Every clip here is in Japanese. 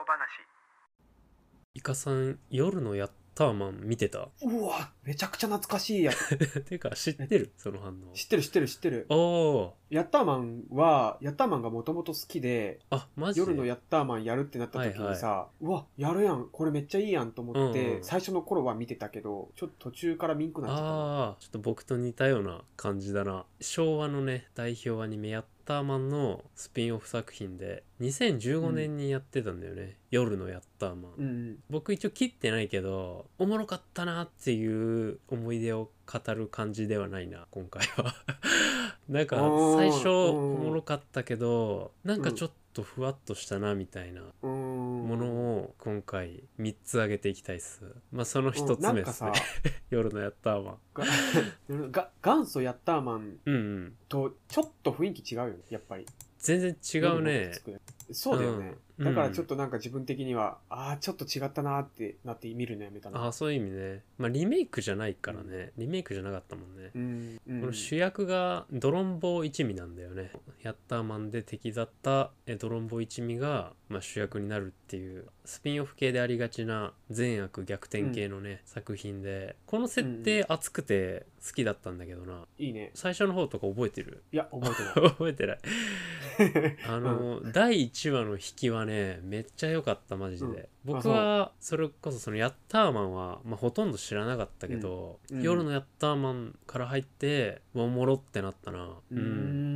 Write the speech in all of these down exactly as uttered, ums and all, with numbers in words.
小話。 イカさん、夜のヤッターマン見てた？ うわ、めちゃくちゃ懐かしいやつ。 てか、知ってるその反応。 知ってる知ってる知ってる。 おー。 ヤッターマンは、ヤッターマンがもともと好きで、 あ、マジで夜のヤッターマンやるってなった時にさ、 はうわ、やるやん、これめっちゃいいやんと思って、 うんうん最初の頃は見てたけど、ちょっと途中から見んくなっちゃったな。 ああ、ちょっと僕と似たような感じだな。昭和のね、代表アニメヤッターマンのスピンオフ作品で、にせんじゅうごねんにやってたんだよね。夜のヤッターマン。 うんうん。 僕一応切ってないけど、おもろかったなっていう思い出を語る感じではないな、今回は。なんか、最初おもろかったけど、なんかちょっとふわっとしたなみたいなうーんものを今回みっつ挙げていきたいっす。まあその一つ目ですね。 なんかさ夜のヤッターマン。 がが元祖ヤッターマンうんうん。 とちょっと雰囲気違うよね、やっぱり。 全然違うね。 そうだよね、 うん、 だからちょっとなんか自分的には、うん、ああちょっと違ったなーってなって見るのやめたな。 ああ、そういう意味ね。まあリメイクじゃないからね、うん、リメイクじゃなかったもんね、 うんうん、 この主役がドロンボ一味なんだよね。ヤッターマンで敵だったドロンボ一味が、まあ、主役になるっていうスピンオフ系でありがちな善悪逆転系のね、うん、作品で、この設定熱くて好きだったんだけどな。 いいね。 最初の方とか覚えてる？ いや覚えてない覚えてないあの、うん、だいいちわの引きはねめっちゃ良かった、マジで、うん、僕はそれこそそのヤッターマンは、まあ、ほとんど知らなかったけど、うん、夜のヤッターマンから入っておもろってなったな。 うん、うん、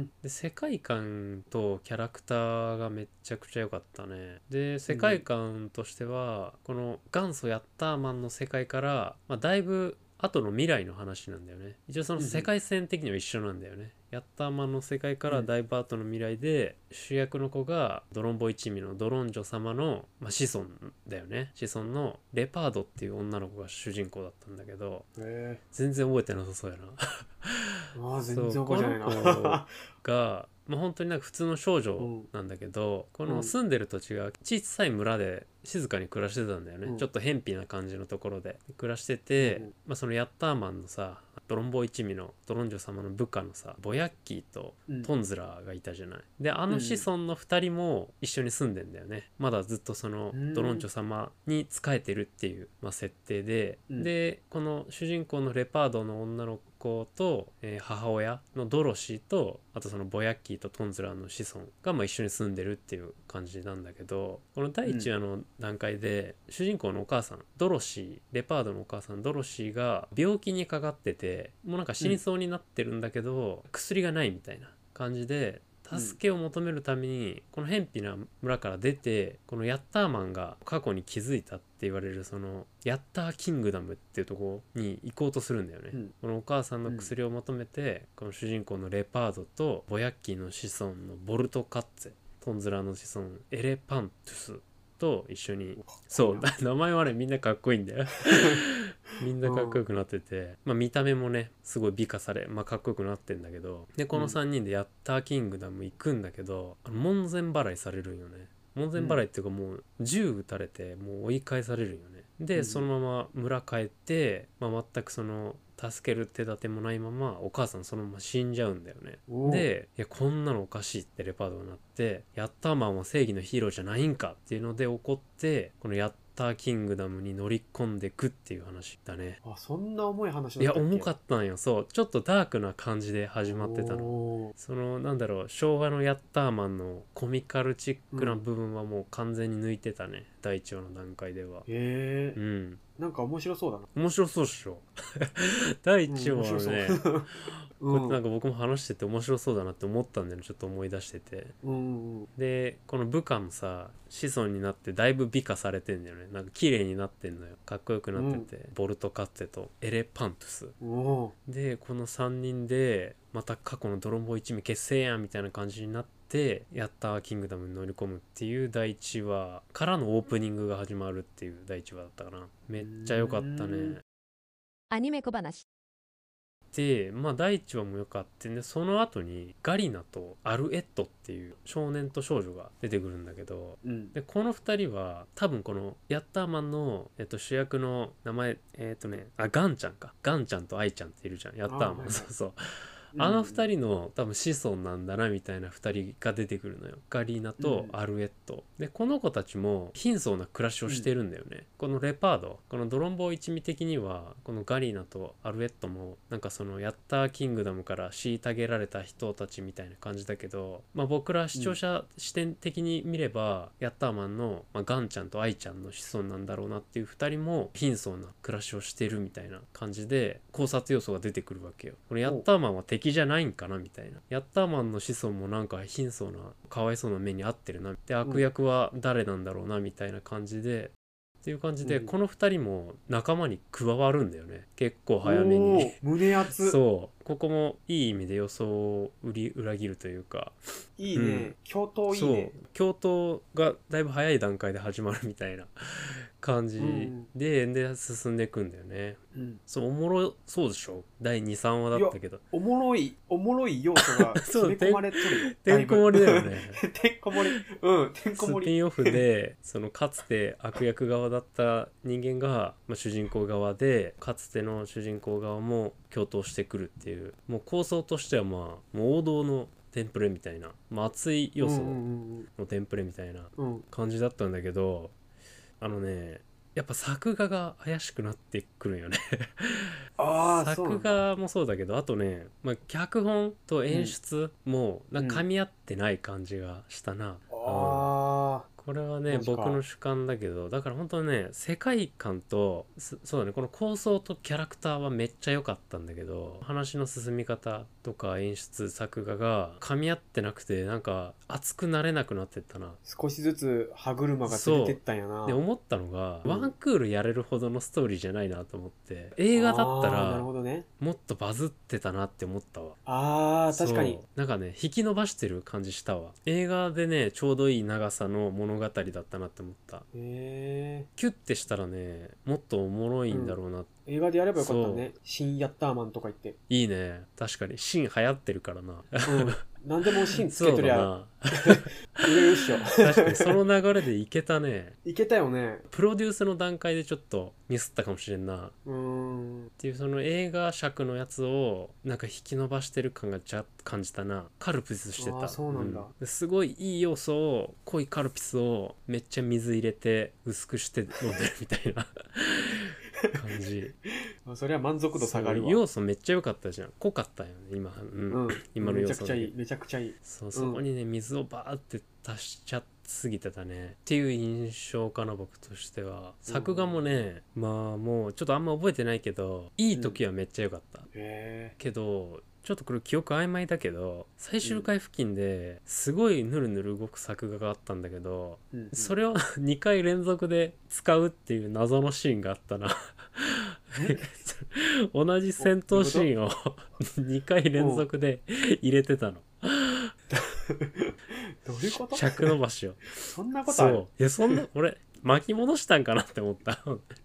で世界観とキャラクターがめちゃくちゃ良かったね。で世界観としては、この元祖ヤッターマンの世界から、まあ、だいぶ後の未来の話なんだよね。一応その世界線的には一緒なんだよね、うん、ヤッターマンの世界からだいぶ後の未来で、うん、主役の子がドロンボ一味のドロンジョ様の、まあ、子孫だよね。子孫のレパードっていう女の子が主人公だったんだけど、全然覚えてなさそうやな。 あ全然覚えてないな。 この子がまあ、本当になんか普通の少女なんだけど、うん、この住んでる土地が小さい村で静かに暮らしてたんだよね、うん、ちょっと偏僻な感じのところで暮らしてて、うん、まあ、そのヤッターマンのさドロンボ一味のドロンジョ様の部下のさボヤッキーとトンズラーがいたじゃない、うん、であの子孫のふたりも一緒に住んでんだよね。まだずっとそのドロンジョ様に仕えてるっていう、まあ、設定で、うん、でこの主人公のレパードの女の子と、えー、母親のドロシーと、あとそのボヤッキーとトンズラーの子孫がまあ一緒に住んでるっていう感じなんだけど、この第一話の段階で、うん、主人公のお母さんドロシー、レパードのお母さんドロシーが病気にかかってて、もうなんか死にそうになってるんだけど、うん、薬がないみたいな感じで助けを求めるためにこの偏僻な村から出て、このヤッターマンが過去に築いたって言われるそのヤッターキングダムっていうところに行こうとするんだよね、うん、このお母さんの薬を求めて、この主人公のレパードとボヤッキーの子孫のボルトカッツェ、トンズラの子孫エレパントゥスと一緒に、そう名前はねみんなかっこいいんだよみんなかっこよくなってて、まあ、見た目もねすごい美化され、まあ、かっこよくなってんだけど、でこのさんにんでヤッターキングダム行くんだけど、うん、門前払いされるんよね。門前払いっていうかもう銃撃たれてもう追い返されるんよね。で、うん、そのまま村帰って、まあ、全くその助ける手立てもないままお母さんそのまま死んじゃうんだよね。で、いやこんなのおかしいってレパードになって、ヤッターマンは正義のヒーローじゃないんかっていうので怒って、このヤッターキングダムに乗り込んでくっていう話だね。 あ、そんな重い話だったっけ？いや重かったんよ。そうちょっとダークな感じで始まってたの。そのなんだろう、昭和のヤッターマンのコミカルチックな部分はもう完全に抜いてたね、うん、だいいちわの段階では。 へえ、 うん、 なんか面白そうだな。 面白そうっしょだいいちわはね、うん、こうやってなんか僕も話してて面白そうだなって思ったんだよね、ちょっと思い出してて、 うんうん、 でこの部下もさ子孫になってだいぶ美化されてんだよね。なんか綺麗になってんのよ、かっこよくなってて、うん、ボルトカッツェとエレパントゥス、 うん、 でこのさんにんでまた過去のドロンボ一味結成やんみたいな感じになってヤッターキングダムに乗り込むっていうだいいちわからのオープニングが始まるっていうだいいちわだったかな。めっちゃ良かったね。 アニメ小話で、まあだいいちわも良かったんで、その後にガリナとアルエットっていう少年と少女が出てくるんだけど、うん、でこのふたりは多分このヤッターマンの、えっと、主役の名前えっとねあガンちゃんかガンちゃんとアイちゃんっているじゃん、ヤッターマン、そうそう、 あのふたりの多分子孫なんだなみたいなふたりが出てくるのよ。ガリーナとアルエット、うん、でこの子たちも貧相な暮らしをしてるんだよね、うん、このレパード、このドロンボー一味的にはこのガリーナとアルエットもなんかそのヤッターキングダムから虐げられた人たちみたいな感じだけど、まあ、僕ら視聴者視点的に見れば、うん、ヤッターマンの、まあ、ガンちゃんとアイちゃんの子孫なんだろうなっていうふたりも貧相な暮らしをしてるみたいな感じで考察要素が出てくるわけよ。これヤッターマンは敵じゃないんかなみたいな、ヤッターマンの子孫もなんか貧相なかわいそうな目に遭ってるな、で悪役は誰なんだろうなみたいな感じで、っていう感じで、うん、このふたりも仲間に加わるんだよね、結構早めに。 胸熱。 そうここもいい意味で予想を売り裏切るというか、 いいね、うん、共闘いいね。 そう共闘がだいぶ早い段階で始まるみたいな感じで、うん、で進んでいくんだよね、うん、そうおもろそうでしょ。だいにさんわだったけどおもろいおもろい要素が詰め込まれとるよてんこ盛りだよねてんこ盛りうんてんこ盛り。 スピンオフでそのかつて悪役側だった人間が、まあ、主人公側で、かつての主人公側も共闘してくるっていう、もう構想としてはまあもう王道のテンプレみたいな、まあ、熱い要素のテンプレみたいな感じだったんだけど、あのねやっぱ作画が怪しくなってくるんよねあ作画もそうだけど、あとね、まあ、脚本と演出もなんか噛み合ってない感じがしたな、うん、ああこれはね僕の主観だけど、だから本当にね世界観とそうだねこの構想とキャラクターはめっちゃ良かったんだけど、話の進み方とか演出作画が噛み合ってなくて、なんか熱くなれなくなってったな。 少しずつ歯車が連れてったんやな。 で思ったのが、うん、ワンクールやれるほどのストーリーじゃないなと思って、映画だったらなるほど、ね、 もっとバズってたなって思ったわ。 あー確かになんかね引き伸ばしてる感じしたわ。映画でねちょうどいい長さの物語だったなって思った。 へキュッてしたらねもっとおもろいんだろうな、うん、 映画でやればよかったね。新ヤッターマンとか言って。 いいね、確かに新流行ってるからな、 うん何でも新つけとりゃ売れるっしょ確かにその流れでいけたね。 いけたよね。 プロデュースの段階でちょっとミスったかもしれんな。 うーんっていうその映画尺のやつをなんか引き伸ばしてる感がちゃ感じたな。カルピスしてた。 あそうなんだ、 うん、すごいいい要素を濃いカルピスをめっちゃ水入れて薄くして飲んでるみたいな感じそれは満足度下がるわ。 要素めっちゃ良かったじゃん。濃かったよね今、うんうん、今の要素めちゃくちゃいいめちゃくちゃいい。 そうそこにね、うん、水をバーって足しちゃすぎてたねっていう印象かな僕としては。作画もね、うん、まあもうちょっとあんま覚えてないけどいい時はめっちゃ良かった、うん、けどちょっとこれ記憶曖昧だけど最終回付近ですごいヌルヌル動く作画があったんだけど、うんうん、それをにかい連続で使うっていう謎のシーンがあったな同じ戦闘シーンをにかい連続で入れてたのどういうこと？ 尺伸ばしをそんなことある？ そういやそんな俺巻き戻したんかなって思った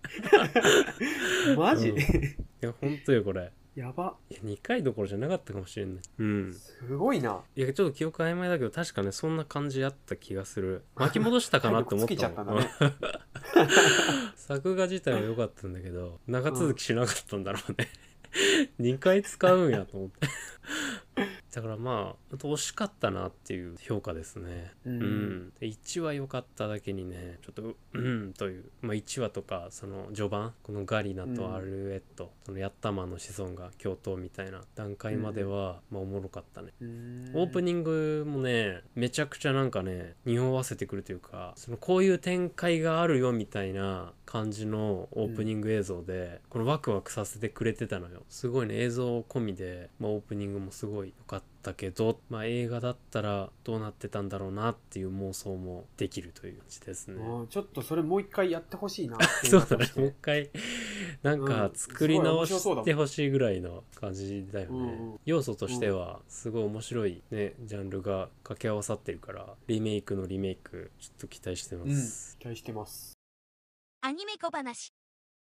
マジ、うん、いやほんとよこれやば。 いやにかいどころじゃなかったかもしれない。うんすごいな。 いやちょっと記憶曖昧だけど確かねそんな感じあった気がする。巻き戻したかなって思ったもんね作画自体は良かったんだけど長続きしなかったんだろうね、うん、にかい使うんやと思ってだからまあ惜しかったなっていう評価ですね。うん、うん、でいちわ良かっただけにねちょっとうんという、まあ、いちわとかその序盤このガリナとアルエット、うん、そのヤッターマンの子孫が共闘みたいな段階までは、うん、まあおもろかったね。オープニングもねめちゃくちゃなんかね匂わせてくるというか、そのこういう展開があるよみたいな感じのオープニング映像で、うん、このワクワクさせてくれてたのよ。すごいね映像込みで、まあ、オープニングもすごい良かったけど、まあ、映画だったらどうなってたんだろうなっていう妄想もできるという感じですね。 ちょっとそれもう一回やってほしいなそうだねもう一回なんか作り直してほしいぐらいの感じだよね、うんうん、要素としてはすごい面白いねジャンルが掛け合わさってるからリメイクのリメイクちょっと期待してます、 うん、期待してます。 アニメ小話。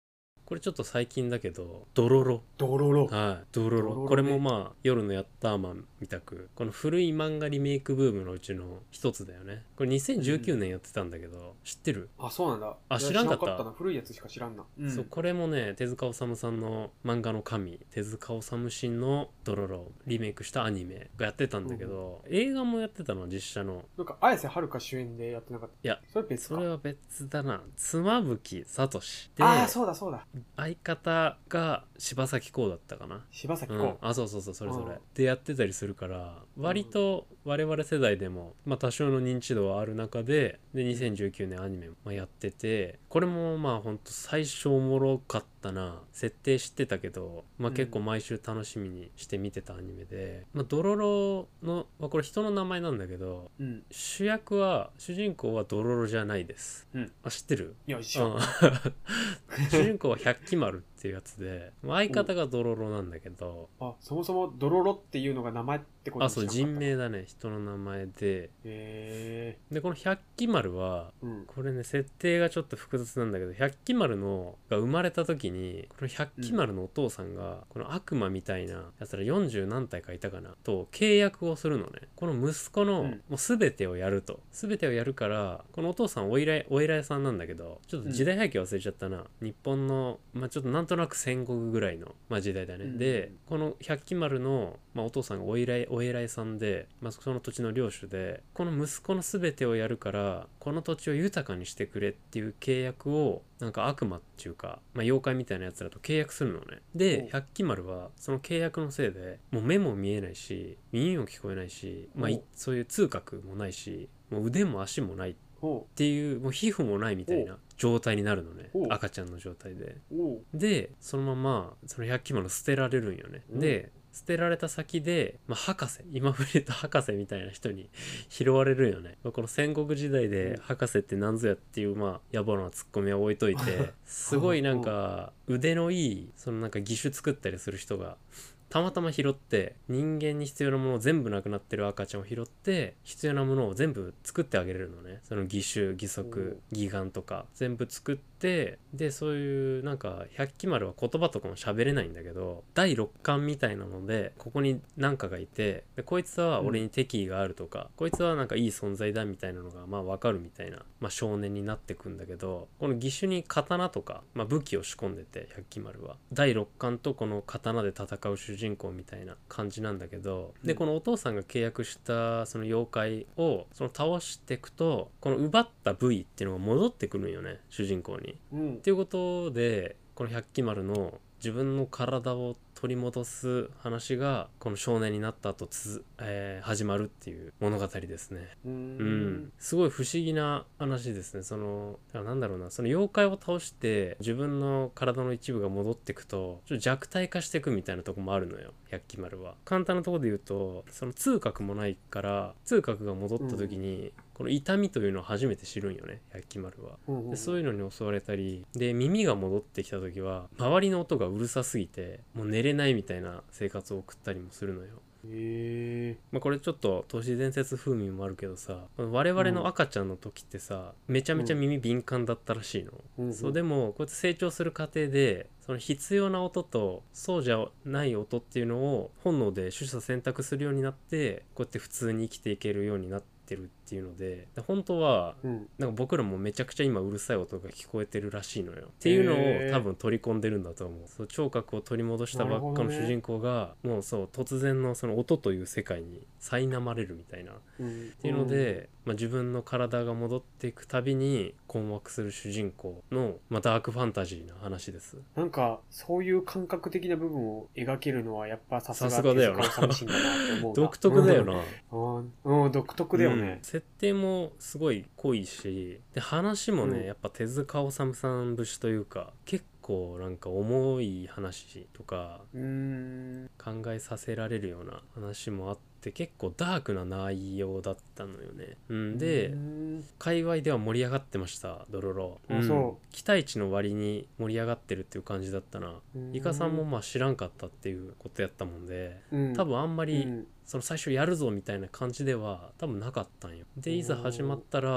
これちょっと最近だけどドロロドロロ。 はいドロロドロロねこれもまあ夜のヤッターマンみたくこの古い漫画リメイクブームのうちの一つだよね。これにせんじゅうきゅうねんやってたんだけど、知ってる？ あ、そうなんだ。 あいや知らんかった知らんかったな。古いやつしか知らんな。うん、 そうこれもね手塚治虫さんの漫画の神手塚治虫氏のドロロリメイクしたアニメがやってたんだけど、映画もやってたの実写の。 なんか綾瀬はるか主演でやってなかった。 いやそれ別か。 それは別だな。妻夫木聡でああ、そうだそうだ。 相方が柴咲コウだったかな。うん柴咲コウ。、 あそうそうそうそれそれうんでやってたりするから割と我々世代でも、まあ、多少の認知度はある中ででにせんじゅうきゅうねんアニメもやってて、これもまあほんと最初おもろかったな。設定知ってたけど、まあ、結構毎週楽しみにして見てたアニメで、まあ、ドロロの、まあ、これ人の名前なんだけどうん。 主役は主人公はドロロじゃないです、 うん、 あ知ってる？ いや、一緒。 うん主人公は百鬼丸っていうやつで相方がドロロなんだけど、 あ、そもそもドロロっていうのが名前ってことあそう人名だ。 だね人の名前でへでこの百鬼丸はえ。うん。 これね設定がちょっと複雑なんだけど百鬼丸のが生まれた時にこの百鬼丸のお父さんがこの悪魔みたいなやつらよんじゅう何体かいたかなと契約をするのね。この息子のうんもう全てをやると全てをやるからこのお父さんお依頼お依頼さんなんだけどちょっと時代背景忘れちゃったな、日本のまあちょっとなんとなく戦国ぐらいの、まあ、時代だね、 うんでこの百鬼丸の、まあ、お父さんがお依頼お依頼さんで、まあ、その土地の領主でこの息子の全てをやるからこの土地を豊かにしてくれっていう契約をなんか悪魔っていうか、まあ、妖怪みたいなやつらと契約するのね。でお百鬼丸はその契約のせいでもう目も見えないし耳も聞こえないし、まあ、いおそういう痛覚もないしもう腕も足もないっほていうもう皮膚もないみたいな状態になるのね。 お赤ちゃんの状態でう。おう。 でそのままその百鬼丸捨てられるんよね。 うんで捨てられた先で、まあ、博士今触れた博士みたいな人に拾われるよね。まあこの戦国時代で博士って何ぞやっていうまあ野暮なツッコミは置いといてすごいなんか腕のいいそのなんか義手作ったりする人がたまたま拾って人間に必要なものを全部なくなってる赤ちゃんを拾って必要なものを全部作ってあげれるのね。その義手義足義眼とか全部作ってでそういうなんか百鬼丸は言葉とかも喋れないんだけど第六感みたいなのでここに何かがいてでこいつは俺に敵意があるとか、うん、こいつはなんかいい存在だみたいなのがまあ分かるみたいな、まあ、少年になってくんだけどこの義手に刀とか、まあ、武器を仕込んでて百鬼丸は第六感とこの刀で戦う主人公みたいな感じなんだけど、でこのお父さんが契約したその妖怪をその倒していくとこの奪った部位っていうのが戻ってくるんよね主人公に。 うん。 っていうことでこの百鬼丸の自分の体を取り戻す話がこの少年になった後つ、えー、始まるっていう物語ですね。 うーん。 うんすごい不思議な話ですね。そのだからなんだろうなその妖怪を倒して自分の体の一部が戻ってくとちょっと弱体化していくみたいなとこもあるのよ百鬼丸は。簡単なところで言うとその痛覚もないから痛覚が戻った時に、うんこの痛みというのを初めて知るんよね百鬼丸は。でそういうのに襲われたりで耳が戻ってきた時は周りの音がうるさすぎてもう寝れないみたいな生活を送ったりもするのよ。 へえ。 まあ、これちょっと都市伝説風味もあるけどさ我々の赤ちゃんの時ってさ、うん、めちゃめちゃ耳敏感だったらしいの、うん、そうでもこうやって成長する過程でその必要な音とそうじゃない音っていうのを本能で取捨選択するようになってこうやって普通に生きていけるようになってるっていうので本当は、うん、なんか僕らもめちゃくちゃ今うるさい音が聞こえてるらしいのよっていうのを多分取り込んでるんだと思う。そう聴覚を取り戻したばっかの主人公が、ね、もうそう突然のその音という世界に苛まれるみたいな、うん、っていうので、まあ、自分の体が戻っていくたびに困惑する主人公の、まあ、ダークファンタジーな話です。 なんかそういう感覚的な部分を描けるのはやっぱさすがさすがだよな寂しいんだなって思う独特だよな、 うん、うん、独特だよね、うん、 設定もすごい濃いしで話もね、うん、やっぱ手塚治虫さん節というか結構なんか重い話とかうーん考えさせられるような話もあって結構ダークな内容だったのよね、うん、で界隈では盛り上がってましたドロロ、 うん、そう期待値の割に盛り上がってるっていう感じだったな。イカさんもまあ知らんかったっていうことやったもんで、うん、多分あんまり、うんその最初やるぞみたいな感じでは多分なかったんよ。でいざ始まったら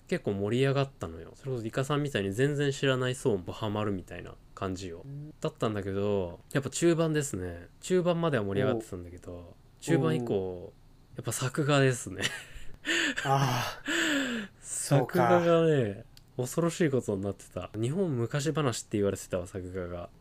結構盛り上がったのよ。それこそイカさんみたいに全然知らない層もハマるみたいな感じよだったんだけど、やっぱ中盤ですね。中盤までは盛り上がってたんだけど、中盤以降やっぱ作画ですね。 ああ、 作画がね恐ろしいことになってた。日本昔話って言われてたわ、作画が。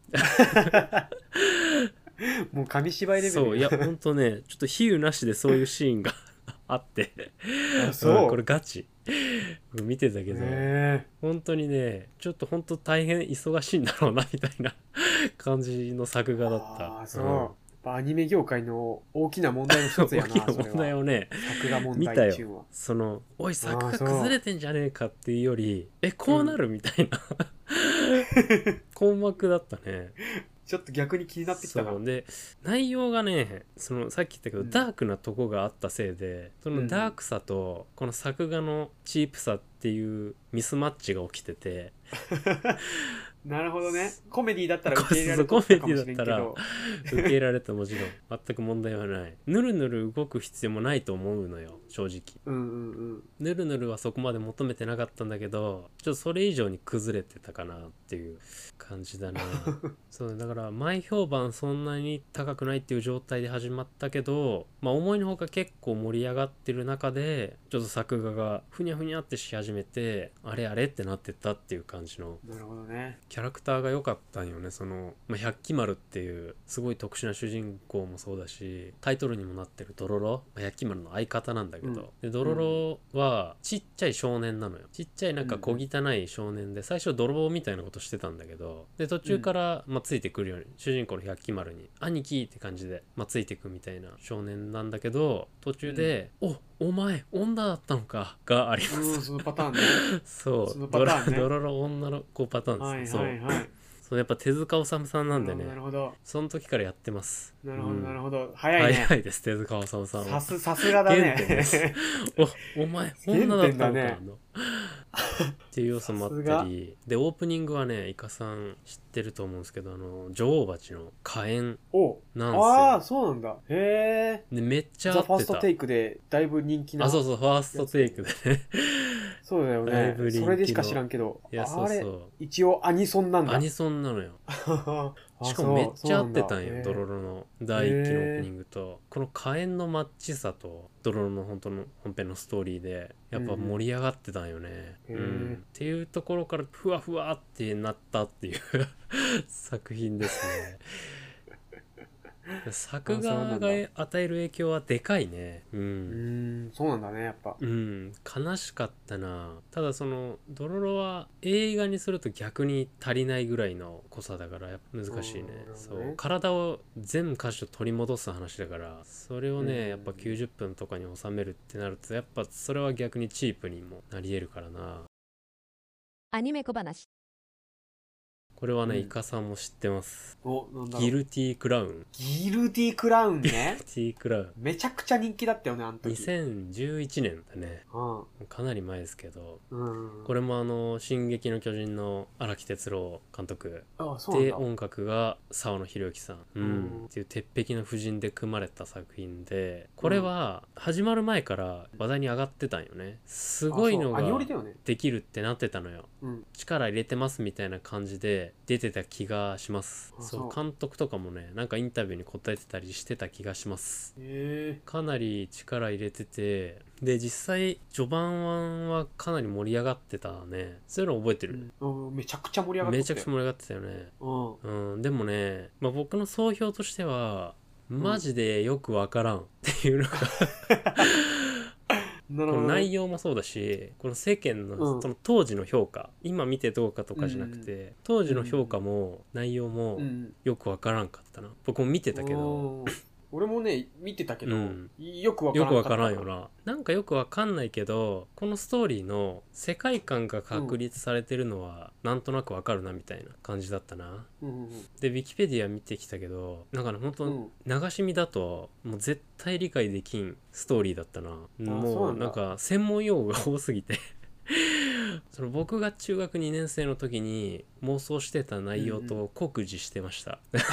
もう紙芝居レベル。 そう、いやほんとね、ちょっと比喩なしでそういうシーンがあってあ、そう、 うん、これガチ見てたけど、 へ本当にねちょっと本当大変忙しいんだろうなみたいな感じの作画だった。 ああ、そう、うん、やっぱアニメ業界の大きな問題の一つやな。 大きな問題をね作画問題っていうのは見たよ。そのおい作画崩れてんじゃねえかっていうより、えこうなるみたいな、うん、困惑だったね。 ちょっと逆に気になってきたな。 そうで、内容がね、そのさっき言ったけど、うん、ダークなとこがあったせいで、そのダークさとこの作画のチープさっていうミスマッチが起きててなるほどね。コメディだったら受け入れられたかもしれんけど、コメディだったら受け入れられた、もちろん全く問題はない。ぬるぬる動く必要もないと思うのよ、正直。 うんうんうん。 ぬるぬるはそこまで求めてなかったんだけど、ちょっとそれ以上に崩れてたかなっていう感じだな。そうだから前評判そんなに高くないっていう状態で始まったけど、まあ思いのほか結構盛り上がってる中でちょっと作画がふにゃふにゃってし始めて、あれあれってなってったっていう感じの。 なるほどね。 キャラクターが良かったんよね。その、まあ、百鬼丸っていうすごい特殊な主人公もそうだし、タイトルにもなってるドロロ、まあ、百鬼丸の相方なんだけど、うん、でドロロはちっちゃい少年なのよ。ちっちゃいなんか小汚い少年で、最初泥棒みたいなことしてたんだけど、で途中から、まあ、ついてくるように、主人公の百鬼丸に兄貴って感じで、まあ、ついてくみたいな少年なんだけど、途中で、うん、おお前女だったのかがあります。 うん、そのパターンね。 そう、 そのパターンね、 ドロロ女の子パターンですね。 はいはいはい。 そう、やっぱ手塚治虫さんなんでね。 なるほど。 その時からやってます。 なるほど、なるほど。早いね。 早いです、手塚治虫さんは。 さす、さすがだね。 原点です。お、お前、女だったのかの。っていう要素もあったりで、オープニングはねイカさん知ってると思うんですけど、あの女王蜂の火炎なんですよ。 ああ、そうなんだ。へえ。 でめっちゃ合ってた。 ザ・ファーストテイクでだいぶ人気な。 あ、そうそう、ファーストテイクでね。 そうだよね。だいぶ人気のそれでしか知らんけど、いや、そうそう、あれ一応アニソンなんだ。 アニソンなのよ。しかもめっちゃ合ってたんよ、ドロロの第一期のオープニングと。この火炎のマッチさとドロロの本当の本編のストーリーでやっぱ盛り上がってたんよね。うん、うん、っていうところからふわふわってなったっていう作品ですね。作画が与える影響はでかいね。うん、うーん、そうなんだね、やっぱ。 うん、悲しかったな。ただそのドロロは映画にすると逆に足りないぐらいの濃さだからやっぱ難しいね。そう、体を全箇所取り戻す話だから、それをねやっぱきゅうじゅっぷんとかに収めるってなると、やっぱそれは逆にチープにもなり得るからな。 アニメ小話。 これはね、うん、イカさんも知ってます。 お、なんだろう。 ギルティークラウン。 ギルティークラウンね。 ギルティークラウン。 めちゃくちゃ人気だったよね、あの時。 にせんじゅういちねんだね。 うん、 かなり前ですけど、 うん、 これもあの「進撃の巨人」の荒木哲郎監督で、 音楽が沢野弘之さん、うんうん、っていう鉄壁の布陣で組まれた作品で、これは始まる前から話題に上がってたんよね。すごいのができるってなってたのよ。 うん、 力入れてますみたいな感じで出てた気がします。そう、監督とかもねなんかインタビューに答えてたりしてた気がします。 へー、 かなり力入れてて、で実際序盤はかなり盛り上がってたね。そういうの覚えてる？ うんうん、めちゃくちゃ盛り上がってた。 めちゃくちゃ盛り上がってたよね。 うん、 うん、でもね、まあ、僕の総評としてはマジでよくわからんっていうのが、うん、この内容もそうだし、この世間 の,、うん、その当時の評価、今見てどうかとかじゃなくて、うん、当時の評価も内容もよくわからんかったな。僕も見てたけど、 俺もね見てたけど、うん、よくわからんかった。よくわからんよな。なんかよくわかんないけど、このストーリーの世界観が確立されてるのはなんとなくわかるなみたいな感じだったな、 うんうんうん、 でウィキペディア見てきたけど、なんかね本当流し見だともう絶対理解できんストーリーだったな。もうなんか専門用語が多すぎてその僕が中学にねん生の時に妄想してた内容と酷似してました、うんうん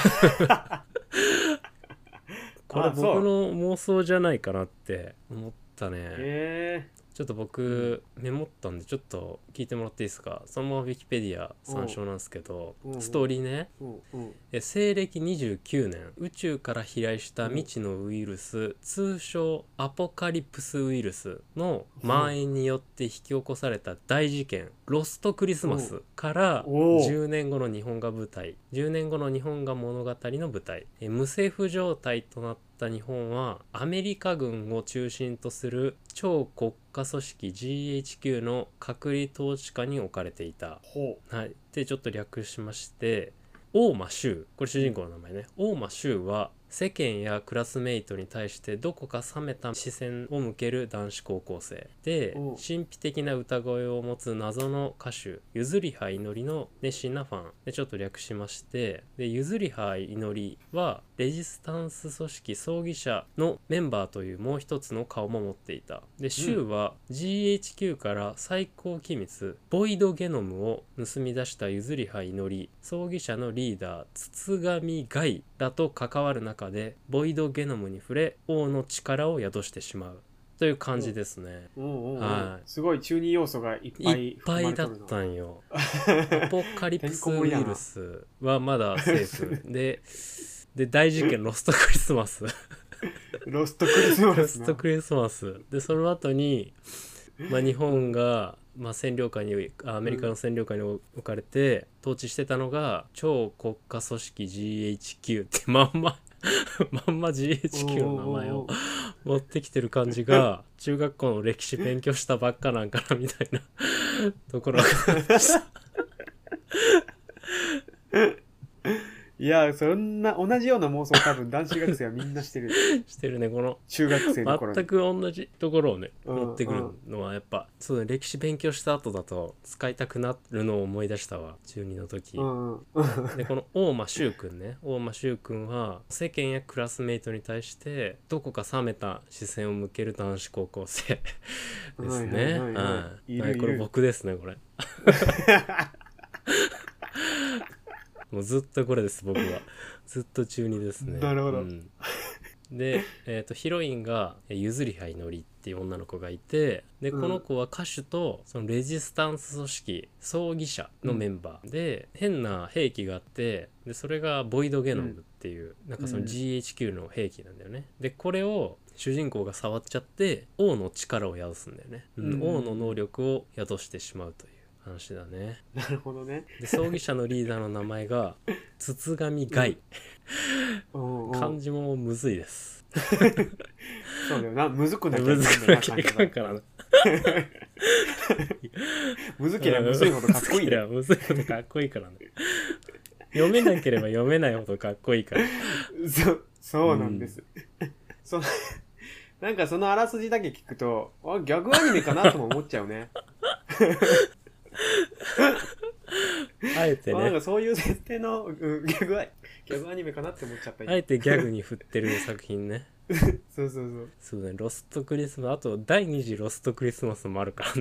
これ僕の妄想じゃないかなって思ったね。 へちょっと僕メモったんでちょっと聞いてもらっていいですか。そのままウィキペディア参照なんですけど、ストーリーね、え西暦にじゅうきゅうねん、宇宙から飛来した未知のウイルス、通称アポカリプスウイルスの蔓延によって引き起こされた大事件、ロストクリスマスからじゅうねんごの日本が舞台、じゅうねんごの日本が物語の舞台。え無政府状態となった日本はアメリカ軍を中心とする超国家組織 ジーエイチキュー の隔離統治下に置かれていた。はい、でちょっと略しまして、大間柊、これ主人公の名前ね。大間柊は世間やクラスメイトに対してどこか冷めた視線を向ける男子高校生で、神秘的な歌声を持つ謎の歌手ゆずりは祈りの熱心なファンで、ちょっと略しまして、でゆずりは祈りはレジスタンス組織葬儀社のメンバーというもう一つの顔も持っていた。で柊は ジーエイチキュー から最高機密ボイドゲノムを盗み出したゆずりは祈り、葬儀社のリーダー筒上凱らと関わる中でボイドゲノムに触れ王の力を宿してしまうという感じですね。 はい、すごい中二要素がいっぱいいっぱいだったんよ。アポカリプスウイルスはまだセーフでで大事件ロストクリスマスロストクリスマスロストクリスマスで、その後に、まあ、日本が、まあ、占領下にアメリカの占領下に置かれて統治してたのが超国家組織 ジーエイチキュー ってまんままんま ジーエイチキュー の名前を持ってきてる感じが、中学校の歴史勉強したばっかなんかなみたいなところがありましたいや、そんな同じような妄想多分男子学生はみんなしてるしてるね。この中学生の頃に全く同じところをね、うん、持ってくるのはやっぱそうね、歴史勉強した後だと使いたくなるのを思い出したわ、中にの時、うんうん、でこの大間柊くんね、大間柊くんは世間やクラスメイトに対してどこか冷めた視線を向ける男子高校生ですね。はい、これ僕ですね、これもうずっとこれです、僕はずっと中にですね。 なるほど、うん、 で、えーと、ヒロインがゆずりは祈りっていう女の子がいて、でこの子は歌手とそのレジスタンス組織葬儀社のメンバーで、うん、変な兵器があって、でそれがボイドゲノムっていう、うん、なんかその ジーエイチキュー の兵器なんだよね。でこれを主人公が触っちゃって王の力を宿すんだよね、うん、王の能力を宿してしまうという話だね。 なるほどね。 で葬儀社のリーダーの名前が筒上凱、うん、漢字もむずいですそうだよな、むずくなきゃむずくなきゃいかんからなむずければむずいほどかっこいい、ね、 むずいほどかっこいいからね読めなければ読めないほどかっこいいからそそうなんです、うん、そなんかそのあらすじだけ聞くとあギャグアニメかなとも思っちゃうねあえてね、 なんかそういう設定の、うん、ギャグアギャグアニメかなって思っちゃった。 あえてギャグに振ってる作品ねそうそうそうそうね、ロストクリスマス、あとだいに次ロストクリスマスもあるからね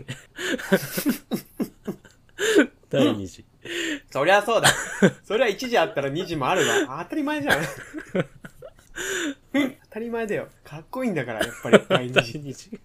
だいに次そりゃそうだそりゃいち次あったらに次もあるわ、当たり前じゃん当たり前だよ、かっこいいんだからやっぱりだいに次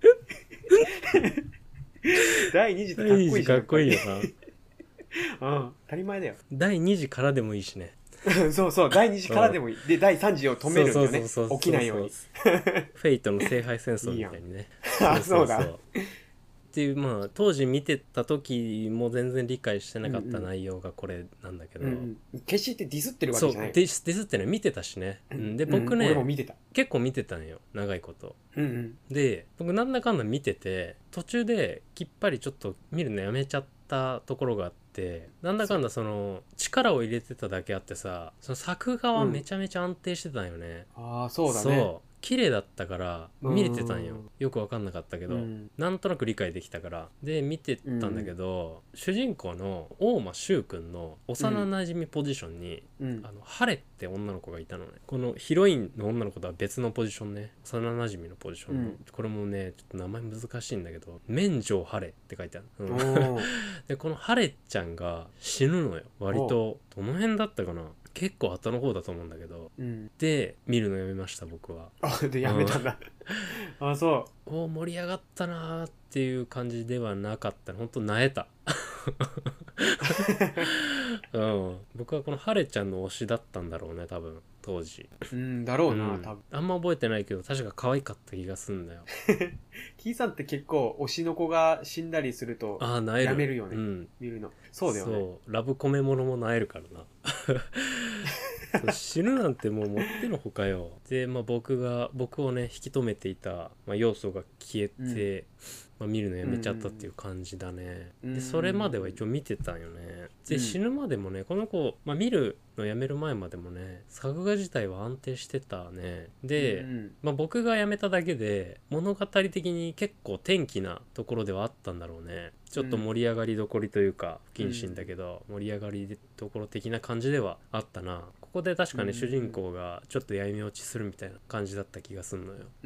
だいに次ってかっこいいじゃん。 かっこいいよなうん、当たり前だよ。 だいに次からでもいいしねそうそう、だいに次からでもいい。で、だいさん次を止めるんだよね。起きないように。 フェイトの聖杯戦争みたいにね。 いいあ、そうだ。 っていう、まあ当時見てた時も全然理解してなかった内容がこれなんだけど、 うんうん、決してディスってるわけじゃない。 そうディス、ディスってね、見てたしね、うん、で僕ね、 うん、俺も見てた、 結構見てたのよ、長いこと、 うんうん、 で僕なんだかんだ見てて途中できっぱりちょっと見るのやめちゃったところがあって、なんだかんだその力を入れてただけあってさ、その作画はめちゃめちゃ安定してたんよね、 うん、ああそうだね、 そう綺麗だったから見れてたんよ。よく分かんなかったけど、うん、なんとなく理解できたからで見てたんだけど、うん、主人公の大間柊くんの幼なじみポジションに、うん、あのハレって女の子がいたのね。このヒロインの女の子とは別のポジションね、幼なじみのポジションの、うん、これもねちょっと名前難しいんだけど、免状ハレって書いてある、うん、でこのハレちゃんが死ぬのよ割と。どの辺だったかな、 結構後の方だと思うんだけど、 うん、 で見るのやめました僕は。 あでやめたんだ、うん、あそう。 お盛り上がったなーっていう感じではなかった。本当なえたうん、僕はこのハレちゃんの推しだったんだろうね多分当時。 うんだろうな、 うん、 多分あんま覚えてないけど確か可愛かった気がすんだよキーさんって結構推しの子が死んだりするとあーなえるやめるよね、 うん、 見るの。そうだよね。 そうラブコメものもなえるからなそう死ぬなんてもうもってのほかよ。で、まあ、僕が僕をね引き止めていた、まあ、要素が消えて、うんまあ、見るのやめちゃったっていう感じだね、うん、でそれまでは一応見てたんよね。で、うん、死ぬまでもねこの子、まあ、見るのやめる前までもね作画自体は安定してたね。で、うんまあ、僕がやめただけで物語的に結構転機なところではあったんだろうね。ちょっと盛り上がりどころというか不謹慎だけど、盛り上がりどころ的な感じではあったな。ここで確かね、うん、主人公がちょっと闇落ちするみたいな感じだった気がするのよ、うん、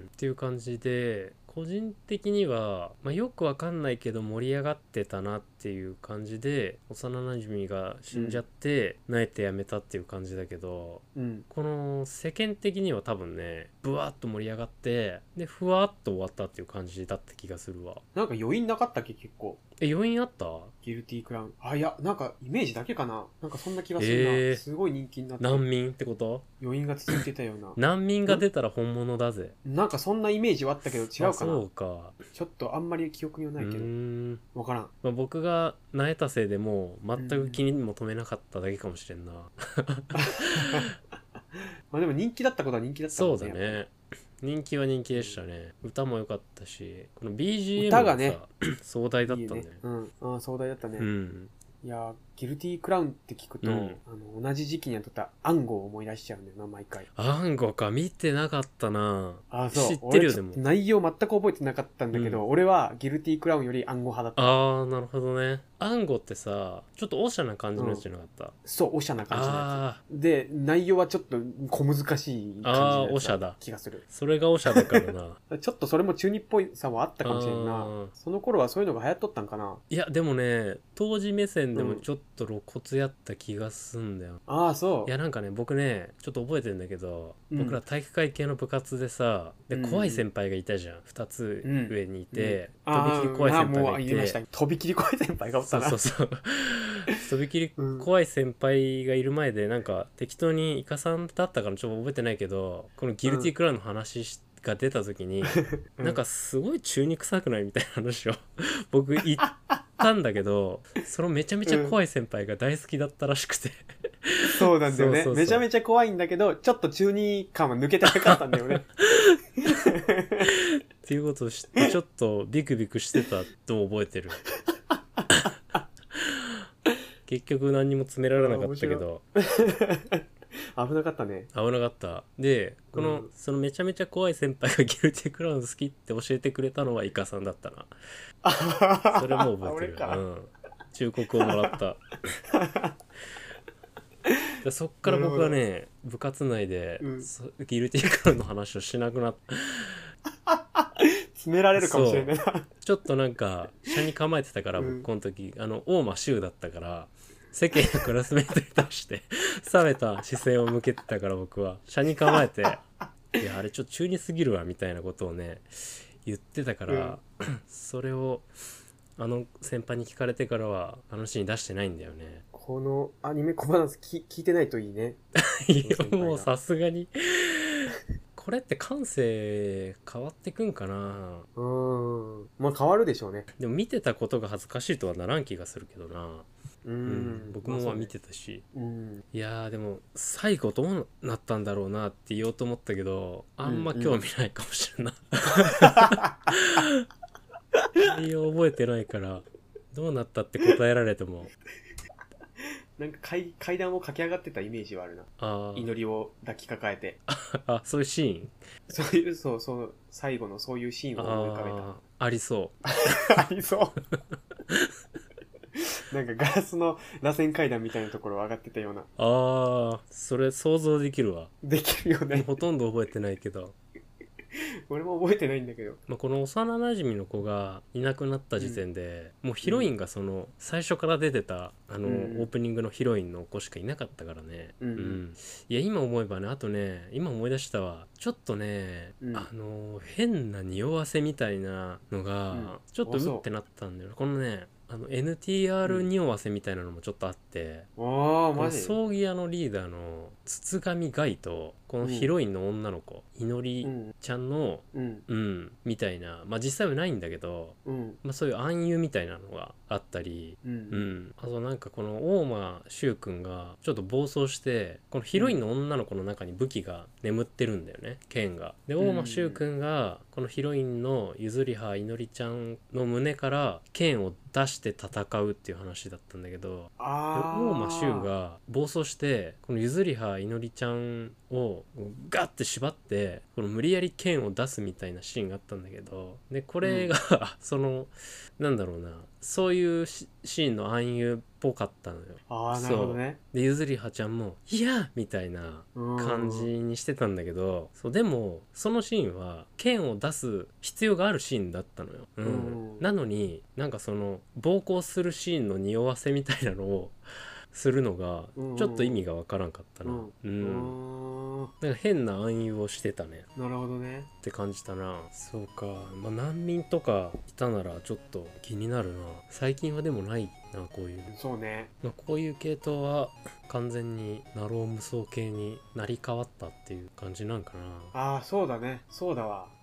っていう感じで個人的には、まあ、よくわかんないけど盛り上がってたなっていう感じで幼なじみが死んじゃって泣いてやめたっていう感じだけど、うん、この世間的には多分ねブワーッと盛り上がってでふわっと終わったっていう感じだった気がするわ。 なんか余韻なかったっけ結構。 え余韻あった？ ギルティークラウン。あいやなんかイメージだけかな。なんかそんな気がするな、えー、すごい人気になって難民ってこと？ 余韻が続いてたような難民が出たら本物だぜ。 なんかそんなイメージはあったけど違うかな。 そうか。 ちょっとあんまり記憶にはないけど分からん、 まあ、僕が泣いたせいでもう全く気にも留めなかっただけかもしれんなまあでも人気だったことは人気だったもんね。 そうだね人気は人気でしたね。歌も良かったしこの ビージーエム がさ歌がね壮大だったね。 いいね、うん、あ壮大だったね、 うん、 いやギルティークラウンって聞くと、うん、あの同じ時期にやっとったアンゴを思い出しちゃうんだよな毎回。 アンゴか見てなかったなあそう知ってるよ。でも内容全く覚えてなかったんだけど、うん、俺はギルティークラウンよりアンゴ派だった。 ああなるほどね。アンゴってさちょっとオシャな感じのやつじゃなかった、うん、 そうオシャな感じのやつで内容はちょっと小難しい感じのやつだ気がする。 それがオシャだからなちょっとそれも中二っぽいさはあったかもしれんな。その頃はそういうのが流行っとったんかな。 いやでもね当時目線でもちょっと露骨やった気がすんだよ、 うん、ああそう。 いやなんかね僕ねちょっと覚えてるんだけど、うん、僕ら体育会系の部活でさで、うん、怖い先輩がいたじゃんふたつ上にいて、うんうん、とびきり怖い先輩がいて、 とびきり怖い先輩がおったな。 そうそうそうとびきり怖い先輩がいる前でなんか適当にイカさんだったからちょっと覚えてないけどこのギルティクラウンの話し、うんが出た時に、うん、なんかすごい中二臭くないみたいな話を僕言ったんだけどそのめちゃめちゃ怖い先輩が大好きだったらしくて、 うん、そうなんだよね。そうそうそうめちゃめちゃ怖いんだけどちょっと中二感は抜けてなかったんだよねっていうことを知ってちょっとビクビクしてたと覚えてる結局何にも詰められなかったけど危なかったね。 危なかった。でこの、うん、そのめちゃめちゃ怖い先輩がギルティクラウン好きって教えてくれたのはイカさんだったなそれも覚えてる、うん、忠告をもらったでそっから僕はね部活内で、うん、ギルティクラウンの話をしなくなった詰められるかもしれないなちょっとなんか車に構えてたから、うん、僕この時あの大間柊だったから世間のクラスメートに対して冷めた視線を向けてたから僕は車に構えていやあれちょっと中二すぎるわみたいなことをね言ってたから、うん、それをあの先輩に聞かれてからは話に出してないんだよね。 このアニメ小話聞いてないといいねいやもうさすがにこれって感性変わってくんかな。 うーんまあ変わるでしょうね。 でも見てたことが恥ずかしいとはならん気がするけどな。うん、うん、僕も見てたし、まあね、うん、いやーでも最後どうなったんだろうなって言おうと思ったけどあんま興味ないかもしれない、うんうん、内容覚えてないからどうなったって答えられてもなんか 階, 階段を駆け上がってたイメージはあるな。あ祈りを抱きかかえてあそういうシーンそういうそうそう最後のそういうシーンを思い浮かべた。 あ, ありそうありそうなんかガラスの螺旋階段みたいなところ上がってたような。 あーそれ想像できるわ。 できるよね。 ほとんど覚えてないけど俺も覚えてないんだけど、 まあ、この幼なじみの子がいなくなった時点で、うん、もうヒロインがその最初から出てたあの、うん、オープニングのヒロインの子しかいなかったからね、うん、うん、いや今思えばね、あとね今思い出したわ、ちょっとね、うん、あの変な匂わせみたいなのがちょっとうってなったんだよ、このねあの エヌティーアール 匂わせみたいなのもちょっとあって、うん、この葬儀屋のリーダーの筒上ガイとこのヒロインの女の子、うん、いのりちゃんの、うん、うん、みたいな、まあ実際はないんだけど、うん、まあそういう暗喩みたいなのがあったり、うん、うん、あとなんかこの大間柊君がちょっと暴走してこのヒロインの女の子の中に武器が眠ってるんだよね、剣が。で大間柊君がこのヒロインのゆずりはいのりちゃんの胸から剣を出して戦うっていう話だったんだけど、あ大間柊が暴走してこのゆずりはいのりちゃんをガッて縛ってこの無理やり剣を出すみたいなシーンがあったんだけど、でこれが、うん、そのなんだろうな、そういうシーンの暗喩っぽかったのよ。 ああなるほどね。 でゆずりはちゃんもいやみたいな感じにしてたんだけど、そうでもそのシーンは剣を出す必要があるシーンだったのよ、うん、なのになんかその暴行するシーンの匂わせみたいなのをするのがちょっと意味がわからんかったな、うんうん、なんか変な暗喩をしてたね。 なるほどねって感じたな。そうか、まあ難民とかいたならちょっと気になるな。最近はでもないなこういう。 そうね、 まあ、こういう系統は完全にナロー無双系になり変わったっていう感じなんかな。 ああそうだね、そうだわ。